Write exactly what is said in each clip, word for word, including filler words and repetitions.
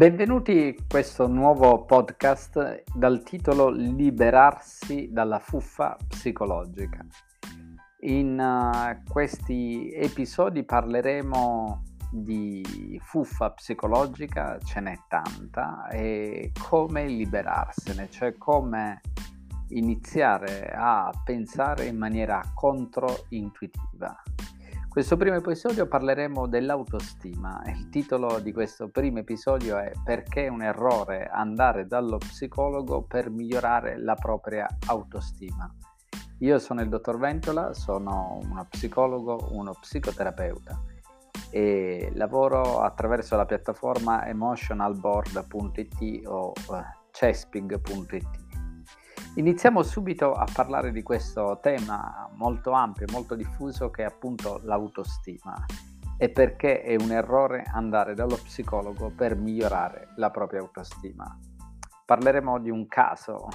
Benvenuti in questo nuovo podcast dal titolo Liberarsi dalla fuffa psicologica. In uh, questi episodi parleremo di fuffa psicologica, ce n'è tanta, e come liberarsene, cioè come iniziare a pensare in maniera controintuitiva. Questo primo episodio parleremo dell'autostima. Il titolo di questo primo episodio è Perché è un errore andare dallo psicologo per migliorare la propria autostima. Io sono il dottor Ventola, sono uno psicologo, uno psicoterapeuta e lavoro attraverso la piattaforma emotionalboard punto it o cespig punto it. Iniziamo subito a parlare di questo tema molto ampio, molto diffuso, che è appunto l'autostima e perché è un errore andare dallo psicologo per migliorare la propria autostima. Parleremo di un caso,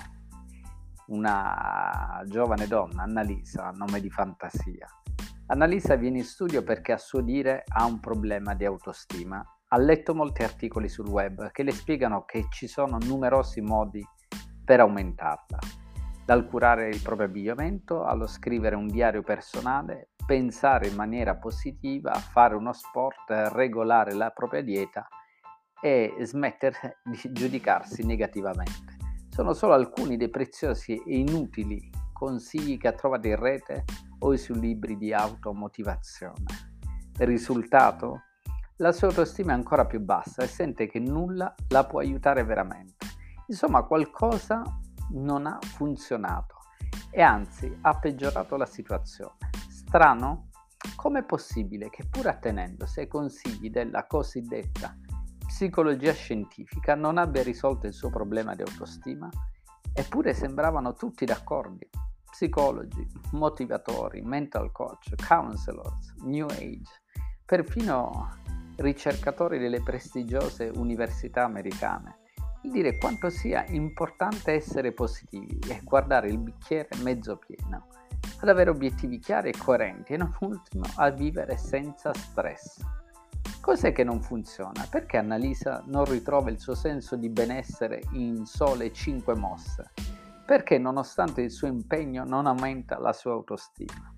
una giovane donna, Annalisa, nome di fantasia. Annalisa viene in studio perché a suo dire ha un problema di autostima. Ha letto molti articoli sul web che le spiegano che ci sono numerosi modi per aumentarla, dal curare il proprio abbigliamento allo scrivere un diario personale, pensare in maniera positiva, fare uno sport, regolare la propria dieta e smettere di giudicarsi negativamente. Sono solo alcuni dei preziosi e inutili consigli che ha trovato in rete o sui libri di automotivazione. Il risultato? La sua autostima è ancora più bassa e sente che nulla la può aiutare veramente. Insomma, qualcosa non ha funzionato e anzi ha peggiorato la situazione. Strano? Com'è possibile che pur attenendosi ai consigli della cosiddetta psicologia scientifica non abbia risolto il suo problema di autostima? Eppure sembravano tutti d'accordo. Psicologi, motivatori, mental coach, counselors, new age, perfino ricercatori delle prestigiose università americane. Il dire quanto sia importante essere positivi e guardare il bicchiere mezzo pieno, ad avere obiettivi chiari e coerenti e non ultimo a vivere senza stress. Cos'è che non funziona? Perché Annalisa non ritrova il suo senso di benessere in sole cinque mosse? Perché nonostante il suo impegno non aumenta la sua autostima?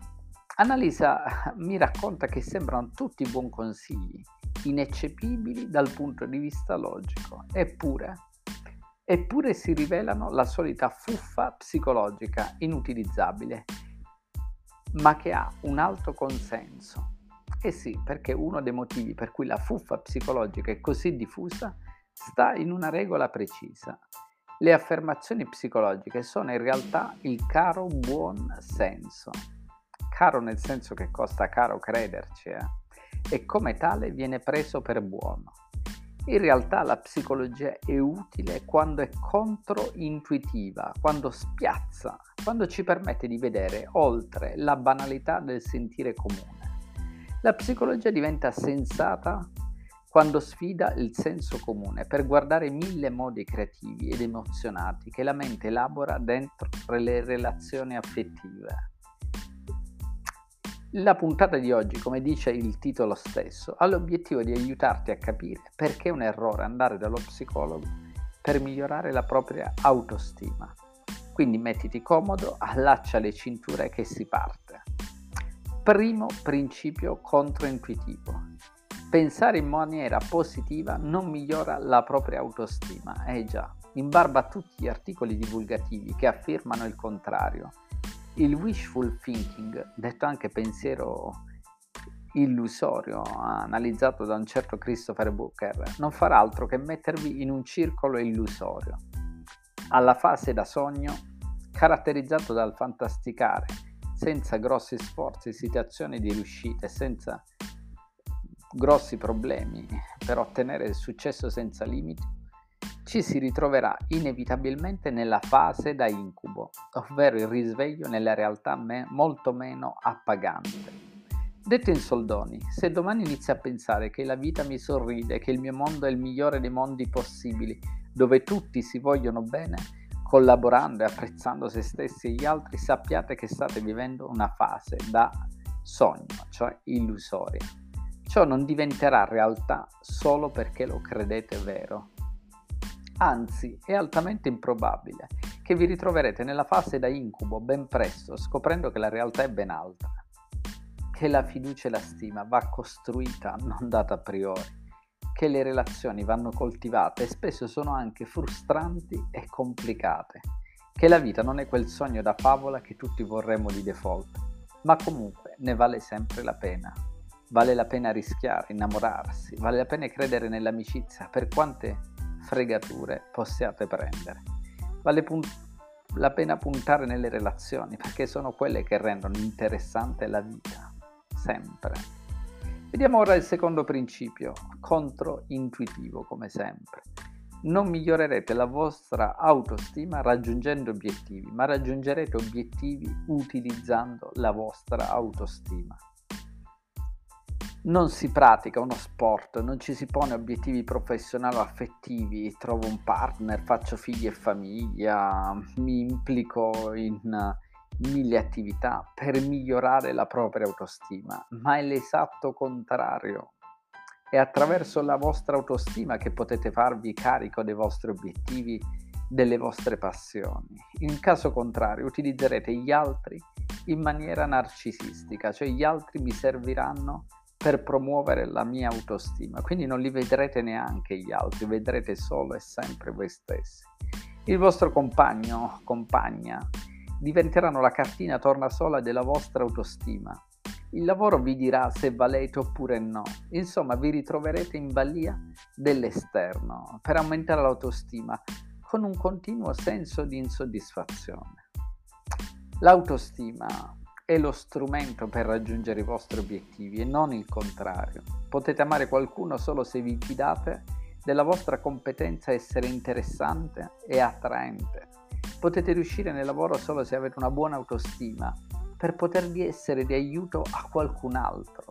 Annalisa mi racconta che sembrano tutti buoni consigli, ineccepibili dal punto di vista logico, eppure, eppure si rivelano la solita fuffa psicologica inutilizzabile, ma che ha un alto consenso. E sì, perché uno dei motivi per cui la fuffa psicologica è così diffusa sta in una regola precisa. Le affermazioni psicologiche sono in realtà il caro buon senso. Caro nel senso che costa caro crederci, eh? E come tale viene preso per buono. In realtà la psicologia è utile quando è controintuitiva, quando spiazza, quando ci permette di vedere oltre la banalità del sentire comune. La psicologia diventa sensata quando sfida il senso comune per guardare mille modi creativi ed emozionati che la mente elabora dentro le relazioni affettive. La puntata di oggi, come dice il titolo stesso, ha l'obiettivo di aiutarti a capire perché è un errore andare dallo psicologo per migliorare la propria autostima. Quindi mettiti comodo, allaccia le cinture che si parte. Primo principio controintuitivo. Pensare in maniera positiva non migliora la propria autostima. Eh già, in barba a tutti gli articoli divulgativi che affermano il contrario. Il wishful thinking, detto anche pensiero illusorio, analizzato da un certo Christopher Booker, non farà altro che mettervi in un circolo illusorio. Alla fase da sogno, caratterizzato dal fantasticare, senza grossi sforzi, situazioni di riuscita e senza grossi problemi per ottenere il successo senza limiti, ci si ritroverà inevitabilmente nella fase da incubo, ovvero il risveglio nella realtà me- molto meno appagante. Detto in soldoni, se domani inizi a pensare che la vita mi sorride, che il mio mondo è il migliore dei mondi possibili, dove tutti si vogliono bene, collaborando e apprezzando se stessi e gli altri, sappiate che state vivendo una fase da sogno, cioè illusoria. Ciò non diventerà realtà solo perché lo credete vero. Anzi, è altamente improbabile che vi ritroverete nella fase da incubo ben presto, scoprendo che la realtà è ben altra, che la fiducia e la stima va costruita, non data a priori, che le relazioni vanno coltivate e spesso sono anche frustranti e complicate, che la vita non è quel sogno da favola che tutti vorremmo di default, ma comunque ne vale sempre la pena. Vale la pena rischiare, innamorarsi, vale la pena credere nell'amicizia per quante fregature possiate prendere. Vale pun- la pena puntare nelle relazioni perché sono quelle che rendono interessante la vita, sempre. Vediamo ora il secondo principio, controintuitivo come sempre. Non migliorerete la vostra autostima raggiungendo obiettivi, ma raggiungerete obiettivi utilizzando la vostra autostima. Non si pratica uno sport, non ci si pone obiettivi professionali o affettivi, trovo un partner, faccio figli e famiglia, mi implico in mille attività per migliorare la propria autostima, ma è l'esatto contrario. È attraverso la vostra autostima che potete farvi carico dei vostri obiettivi, delle vostre passioni. In caso contrario, utilizzerete gli altri in maniera narcisistica, cioè gli altri vi serviranno per promuovere la mia autostima, quindi non li vedrete neanche gli altri, vedrete solo e sempre voi stessi. Il vostro compagno, compagna, diventeranno la cartina tornasola della vostra autostima. Il lavoro vi dirà se valete oppure no. Insomma, vi ritroverete in balia dell'esterno per aumentare l'autostima con un continuo senso di insoddisfazione. L'autostima è lo strumento per raggiungere i vostri obiettivi e non il contrario. Potete amare qualcuno solo se vi fidate della vostra competenza a essere interessante e attraente. Potete riuscire nel lavoro solo se avete una buona autostima per potervi essere di aiuto a qualcun altro.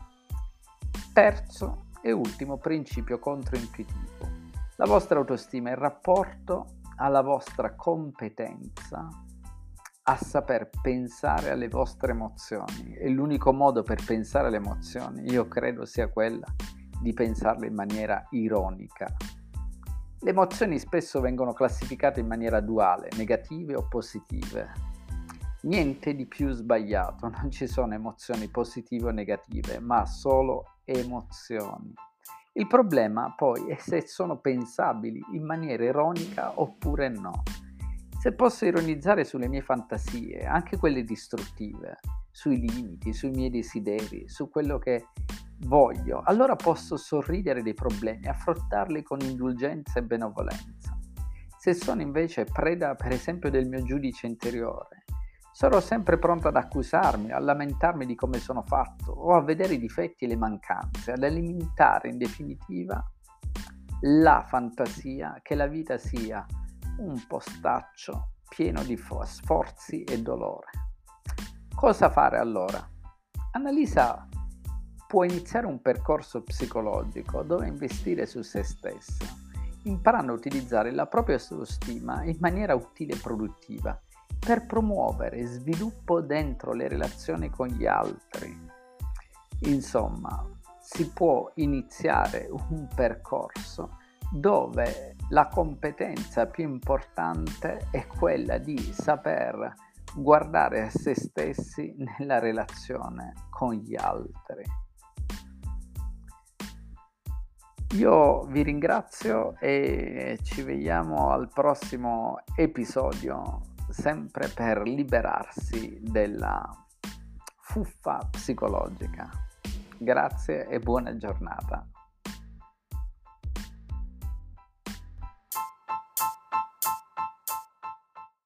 Terzo e ultimo principio controintuitivo. La vostra autostima è il rapporto alla vostra competenza a saper pensare alle vostre emozioni e l'unico modo per pensare alle emozioni io credo sia quella di pensarle in maniera ironica. Le emozioni spesso vengono classificate in maniera duale, negative o positive. Niente di più sbagliato, non ci sono emozioni positive o negative, ma solo emozioni. Il problema poi è se sono pensabili in maniera ironica oppure no. Se posso ironizzare sulle mie fantasie, anche quelle distruttive, sui limiti, sui miei desideri, su quello che voglio, allora posso sorridere dei problemi, affrontarli con indulgenza e benevolenza. Se sono invece preda, per esempio, del mio giudice interiore, sarò sempre pronto ad accusarmi, a lamentarmi di come sono fatto o a vedere i difetti e le mancanze, ad alimentare in definitiva la fantasia che la vita sia un postaccio pieno di sforzi e dolore. Cosa fare allora? Annalisa può iniziare un percorso psicologico dove investire su se stesso, imparando a utilizzare la propria autostima in maniera utile e produttiva per promuovere sviluppo dentro le relazioni con gli altri. Insomma, si può iniziare un percorso dove la competenza più importante è quella di saper guardare a se stessi nella relazione con gli altri. Io vi ringrazio e ci vediamo al prossimo episodio, sempre per liberarsi della fuffa psicologica. Grazie e buona giornata.